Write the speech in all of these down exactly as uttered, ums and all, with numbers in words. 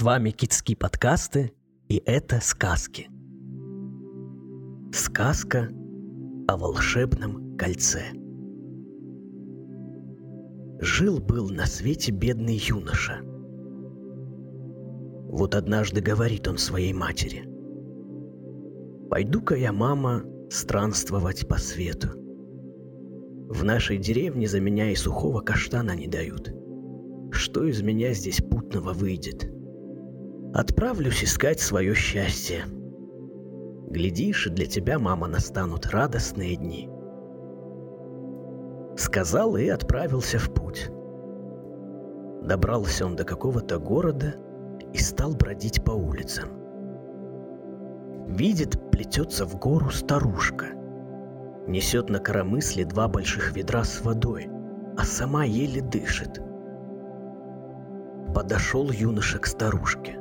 С вами Китские подкасты, и это сказки. Сказка о волшебном кольце. Жил-был на свете бедный юноша. Вот однажды говорит он своей матери: «Пойду-ка я, мама, странствовать по свету. В нашей деревне за меня и сухого каштана не дают. Что из меня здесь путного выйдет? Отправлюсь искать свое счастье. Глядишь, и для тебя, мама, настанут радостные дни». Сказал и отправился в путь. Добрался он до какого-то города и стал бродить по улицам. Видит, плетется в гору старушка. Несет на коромысле два больших ведра с водой, а сама еле дышит. Подошел юноша к старушке.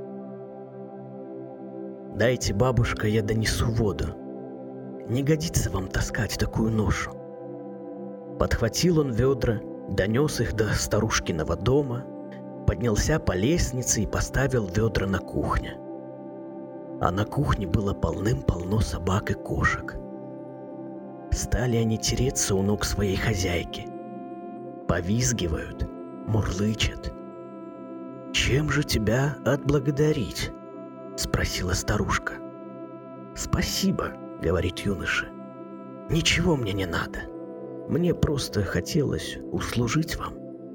«Дайте, бабушка, я донесу воду. Не годится вам таскать такую ношу». Подхватил он ведра, донес их до старушкиного дома, поднялся по лестнице и поставил ведра на кухне. А на кухне было полным-полно собак и кошек. Стали они тереться у ног своей хозяйки. Повизгивают, мурлычат. «Чем же тебя отблагодарить?» — спросила старушка. «Спасибо», — говорит юноша. «Ничего мне не надо. Мне просто хотелось услужить вам».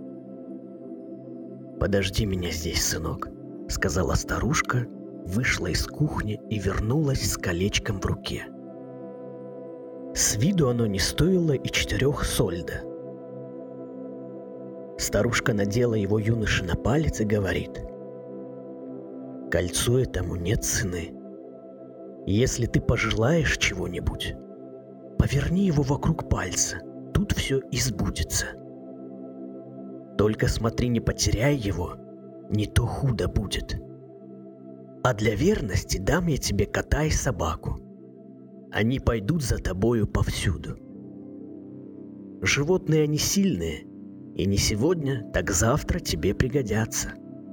«Подожди меня здесь, сынок», — сказала старушка, вышла из кухни и вернулась с колечком в руке. С виду оно не стоило и четырех сольда. Старушка надела его юноше на палец и говорит: «Кольцу этому нет цены. Если ты пожелаешь чего-нибудь, поверни его вокруг пальца, тут все и сбудется. Только смотри, не потеряй его, не то худо будет. А для верности дам я тебе кота и собаку. Они пойдут за тобою повсюду. Животные они сильные, и не сегодня, так завтра тебе пригодятся».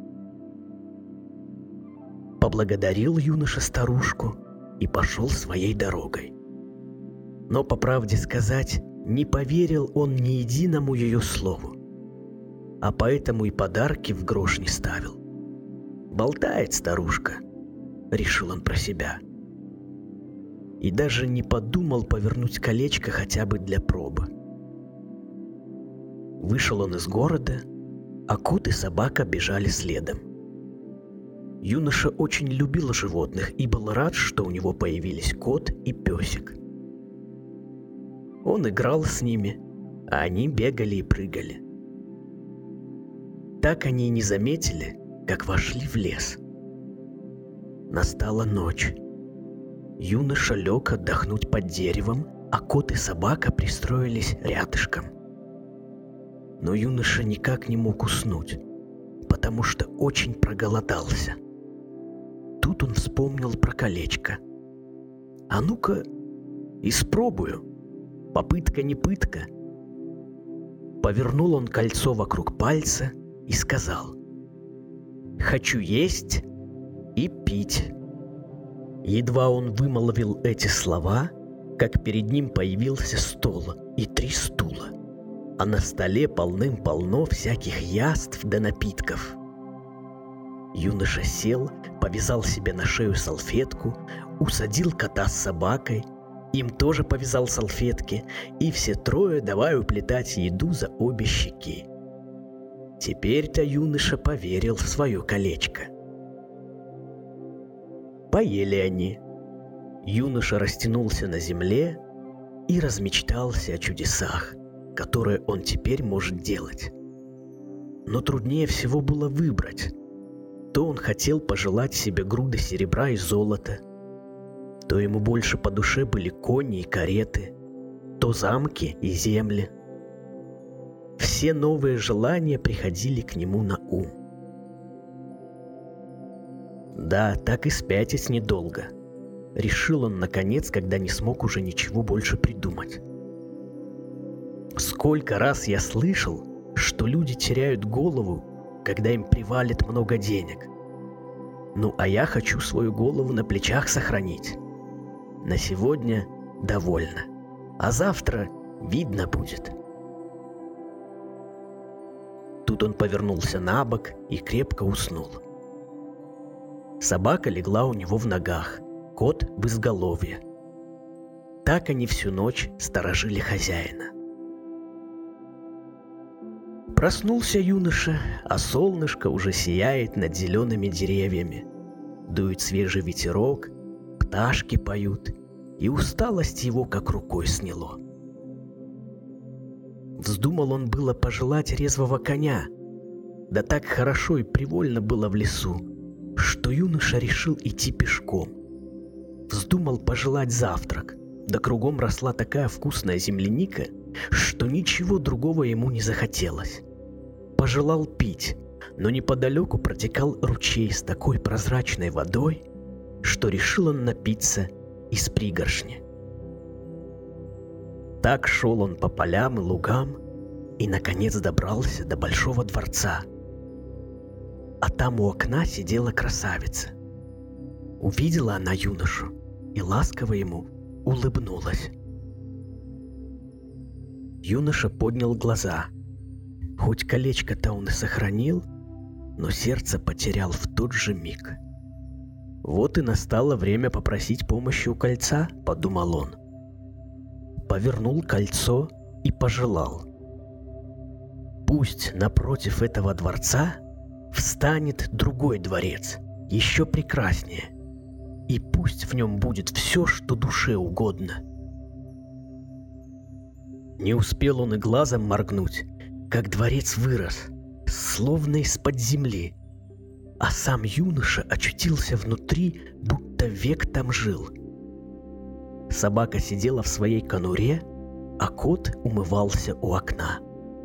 Поблагодарил юноша старушку и пошел своей дорогой. Но, по правде сказать, не поверил он ни единому ее слову, а поэтому и подарки в грош не ставил. «Болтает старушка», — решил он про себя. И даже не подумал повернуть колечко хотя бы для пробы. Вышел он из города, а кот и собака бежали следом. Юноша очень любил животных и был рад, что у него появились кот и песик. Он играл с ними, а они бегали и прыгали. Так они и не заметили, как вошли в лес. Настала ночь. Юноша лег отдохнуть под деревом, а кот и собака пристроились рядышком. Но юноша никак не мог уснуть, потому что очень проголодался. Тут он вспомнил про колечко. «А ну-ка, испробую. Попытка не пытка». Повернул он кольцо вокруг пальца и сказал: «Хочу есть и пить». Едва он вымолвил эти слова, как перед ним появился стол и три стула, а на столе полным-полно всяких яств да напитков. Юноша сел, повязал себе на шею салфетку, усадил кота с собакой, им тоже повязал салфетки, и все трое давай уплетать еду за обе щеки. Теперь-то юноша поверил в свое колечко. Поели они. Юноша растянулся на земле и размечтался о чудесах, которые он теперь может делать. Но труднее всего было выбрать. То он хотел пожелать себе груды серебра и золота, то ему больше по душе были кони и кареты, то замки и земли. Все новые желания приходили к нему на ум. Да, так и спятить недолго, решил он наконец, когда не смог уже ничего больше придумать. Сколько раз я слышал, что люди теряют голову, когда им привалит много денег. Ну, а я хочу свою голову на плечах сохранить. На сегодня довольно, а завтра видно будет. Тут он повернулся на бок и крепко уснул. Собака легла у него в ногах, кот в изголовье. Так они всю ночь сторожили хозяина. Проснулся юноша, а солнышко уже сияет над зелеными деревьями. Дует свежий ветерок, пташки поют, и усталость его как рукой сняло. Вздумал он было пожелать резвого коня, да так хорошо и привольно было в лесу, что юноша решил идти пешком. Вздумал пожелать завтрак, да кругом росла такая вкусная земляника, что ничего другого ему не захотелось. Пожелал пить, но неподалеку протекал ручей с такой прозрачной водой, что решил он напиться из пригоршни. Так шел он по полям и лугам и, наконец, добрался до большого дворца. А там у окна сидела красавица. Увидела она юношу и ласково ему улыбнулась. Юноша поднял глаза. Хоть колечко-то он и сохранил, но сердце потерял в тот же миг. Вот и настало время попросить помощи у кольца, подумал он. Повернул кольцо и пожелал: пусть напротив этого дворца встанет другой дворец, еще прекраснее, и пусть в нем будет все, что душе угодно. Не успел он и глазом моргнуть, как дворец вырос, словно из-под земли, а сам юноша очутился внутри, будто век там жил. Собака сидела в своей конуре, а кот умывался у окна.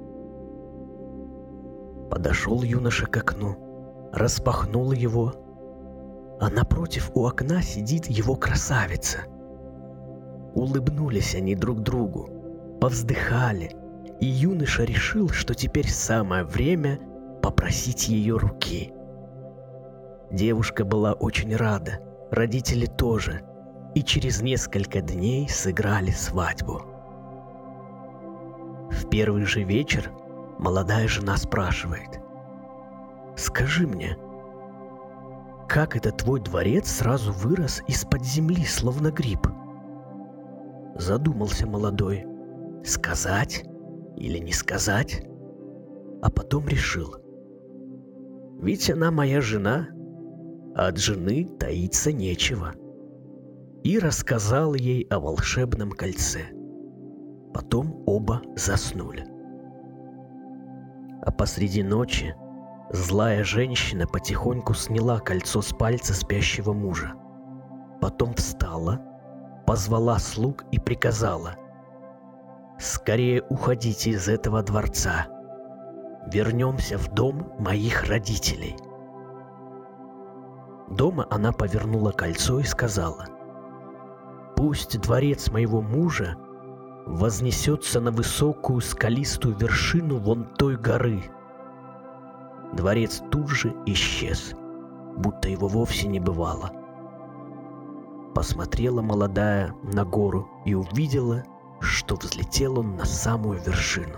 Подошел юноша к окну, распахнул его, а напротив у окна сидит его красавица. Улыбнулись они друг другу, повздыхали, и юноша решил, что теперь самое время попросить ее руки. Девушка была очень рада, родители тоже, и через несколько дней сыграли свадьбу. В первый же вечер молодая жена спрашивает: «Скажи мне, как это твой дворец сразу вырос из-под земли, словно гриб?» Задумался молодой, сказать или не сказать, а потом решил: ведь она моя жена, а от жены таиться нечего. И рассказал ей о волшебном кольце. Потом оба заснули. А посреди ночи злая женщина потихоньку сняла кольцо с пальца спящего мужа. Потом встала, позвала слуг и приказала: «Скорее уходите из этого дворца. Вернемся в дом моих родителей». Дома она повернула кольцо и сказала: «Пусть дворец моего мужа вознесется на высокую скалистую вершину вон той горы». Дворец тут же исчез, будто его вовсе не бывало. Посмотрела молодая на гору и увидела, что взлетел он на самую вершину.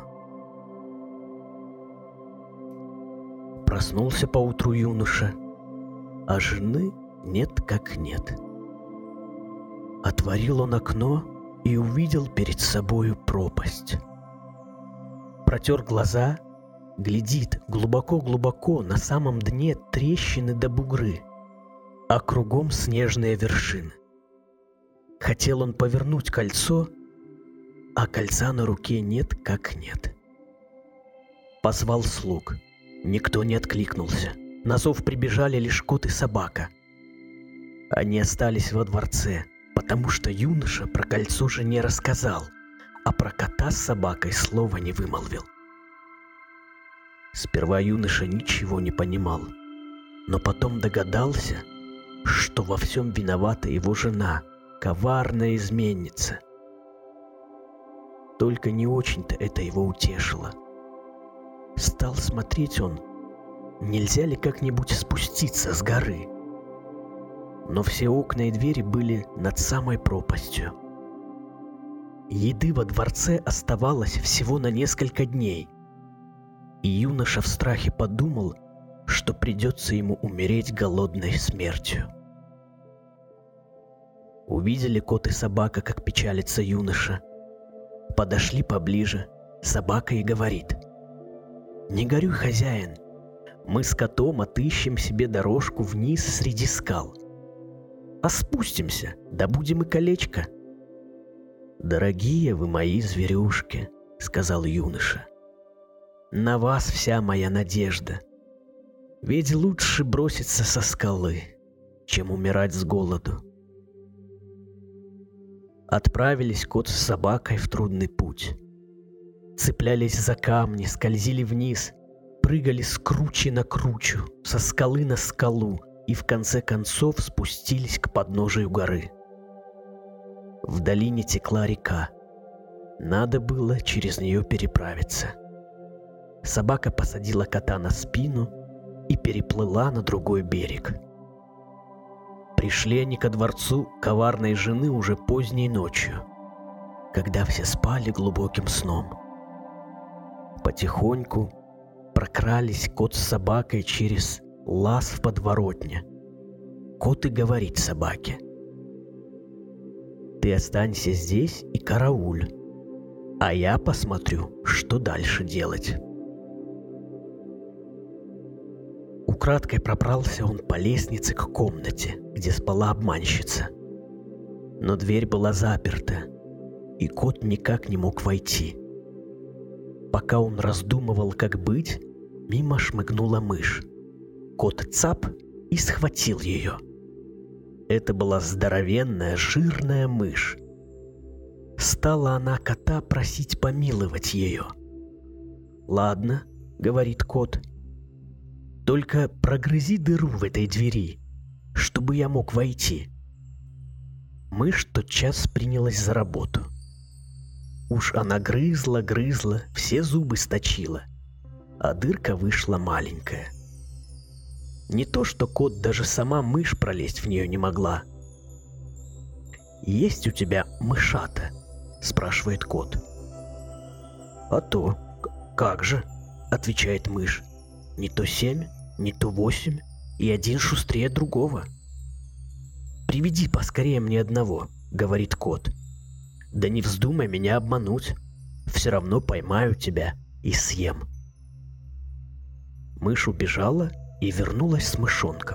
Проснулся поутру юноша, а жены нет как нет. Отворил он окно и увидел перед собою пропасть. Протер глаза, глядит глубоко-глубоко, на самом дне трещины да бугры, а кругом снежные вершины. Хотел он повернуть кольцо, а кольца на руке нет как нет. Позвал слуг, никто не откликнулся. На зов прибежали лишь кот и собака. Они остались во дворце, потому что юноша про кольцо же не рассказал, а про кота с собакой слова не вымолвил. Сперва юноша ничего не понимал, но потом догадался, что во всем виновата его жена, коварная изменница. Только не очень-то это его утешило. Стал смотреть он, нельзя ли как-нибудь спуститься с горы, но все окна и двери были над самой пропастью. Еды во дворце оставалось всего на несколько дней, и юноша в страхе подумал, что придется ему умереть голодной смертью. Увидели кот и собака, как печалится юноша. Подошли поближе, собака и говорит: «Не горюй, хозяин, мы с котом отыщем себе дорожку вниз среди скал. А спустимся, добудем и колечко». «Дорогие вы мои зверюшки», — сказал юноша, — «на вас вся моя надежда. Ведь лучше броситься со скалы, чем умирать с голоду». Отправились кот с собакой в трудный путь. Цеплялись за камни, скользили вниз, прыгали с кручи на кручу, со скалы на скалу и в конце концов спустились к подножию горы. В долине текла река. Надо было через нее переправиться. Собака посадила кота на спину и переплыла на другой берег. Пришли они ко дворцу коварной жены уже поздней ночью, когда все спали глубоким сном. Потихоньку прокрались кот с собакой через лаз в подворотне. Кот и говорит собаке: «Ты останься здесь и карауль, а я посмотрю, что дальше делать». Украдкой пробрался он по лестнице к комнате, где спала обманщица. Но дверь была заперта, и кот никак не мог войти. Пока он раздумывал, как быть, мимо шмыгнула мышь. Кот цап и схватил ее. Это была здоровенная, жирная мышь. Стала она кота просить помиловать ее. «Ладно», — говорит кот, — «только прогрызи дыру в этой двери, чтобы я мог войти». Мышь тотчас принялась за работу. Уж она грызла, грызла, все зубы сточила, а дырка вышла маленькая. Не то что кот, даже сама мышь пролезть в нее не могла. «Есть у тебя мышата?» — спрашивает кот. «А то, как же?» — отвечает мышь. «Не то семь, не то восемь, и один шустрее другого». «Приведи поскорее мне одного», — говорит кот. «Да не вздумай меня обмануть, все равно поймаю тебя и съем». Мышь убежала и вернулась с мышонком.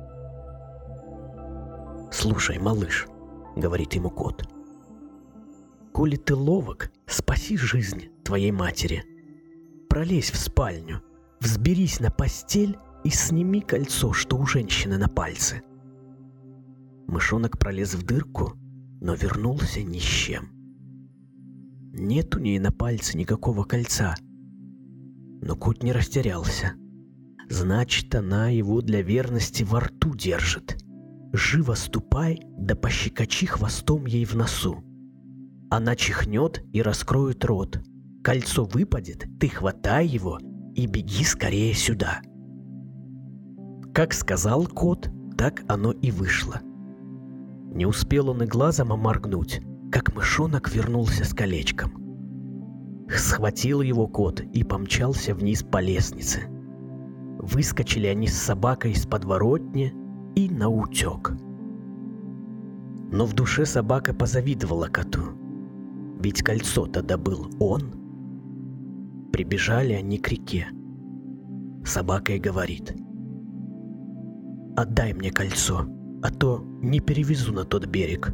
«Слушай, малыш», — говорит ему кот, — «коли ты ловок, спаси жизнь твоей матери. Пролезь в спальню, взберись на постель и сними кольцо, что у женщины на пальце». Мышонок пролез в дырку, но вернулся ни с чем. Нет у ней на пальце никакого кольца. Но кот не растерялся. Значит, она его для верности во рту держит. Живо ступай, да пощекочи хвостом ей в носу. Она чихнет и раскроет рот. Кольцо выпадет, ты хватай его и беги скорее сюда. Как сказал кот, так оно и вышло. Не успел он и глазом моргнуть, как мышонок вернулся с колечком. Схватил его кот и помчался вниз по лестнице. Выскочили они с собакой из подворотни и наутек. Но в душе собака позавидовала коту, ведь кольцо-то добыл он. Прибежали они к реке. Собака и говорит: «Отдай мне кольцо, а то не перевезу на тот берег».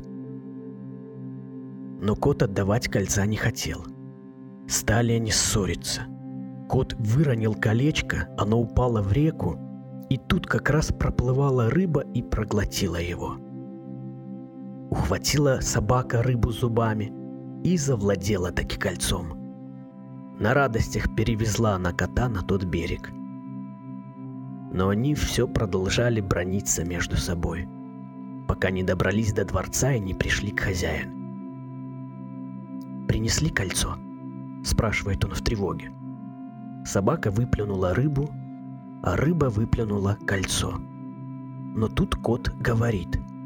Но кот отдавать кольца не хотел. Стали они ссориться. Кот выронил колечко, оно упало в реку, и тут как раз проплывала рыба и проглотила его. Ухватила собака рыбу зубами и завладела таки кольцом. На радостях перевезла она кота на тот берег. Но они все продолжали браниться между собой, пока не добрались до дворца и не пришли к хозяину. «Принесли кольцо?» — спрашивает он в тревоге. Собака выплюнула рыбу, а рыба выплюнула кольцо. Но тут кот говорит: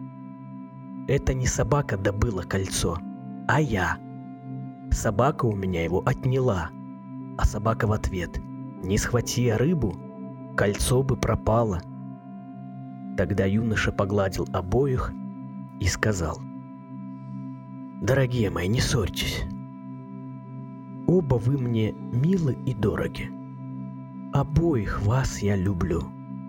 это не собака добыла кольцо, а я. Собака у меня его отняла, а собака в ответ: не схвати я рыбу, кольцо бы пропало. Тогда юноша погладил обоих и сказал: дорогие мои, не ссорьтесь. Оба вы мне милы и дороги. Обоих вас я люблю.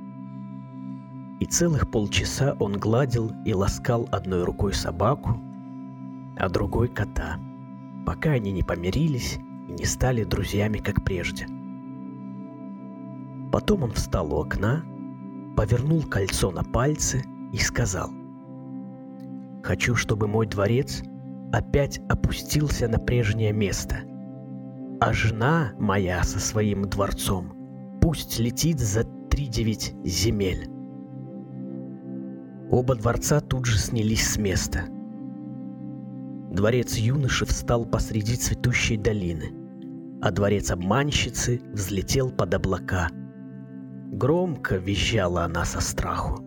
И целых полчаса он гладил и ласкал одной рукой собаку, а другой кота, пока они не помирились и не стали друзьями, как прежде. Потом он встал у окна, повернул кольцо на пальце и сказал: хочу, чтобы мой дворец опять опустился на прежнее место, а жена моя со своим дворцом пусть летит за тридевять земель. Оба дворца тут же снялись с места. Дворец юноши встал посреди цветущей долины, а дворец обманщицы взлетел под облака. Громко визжала она со страху.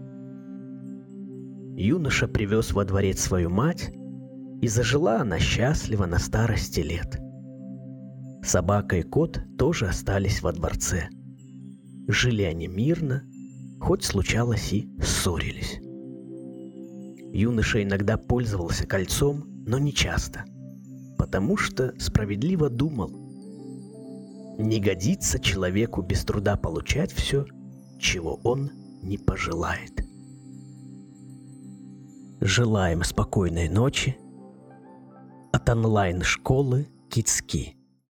Юноша привез во дворец свою мать, и зажила она счастливо на старости лет. Собака и кот тоже остались во дворце. Жили они мирно, хоть случалось и ссорились. Юноша иногда пользовался кольцом, но не часто, потому что справедливо думал: не годится человеку без труда получать все, чего он не пожелает. Желаем спокойной ночи от онлайн-школы Кицки.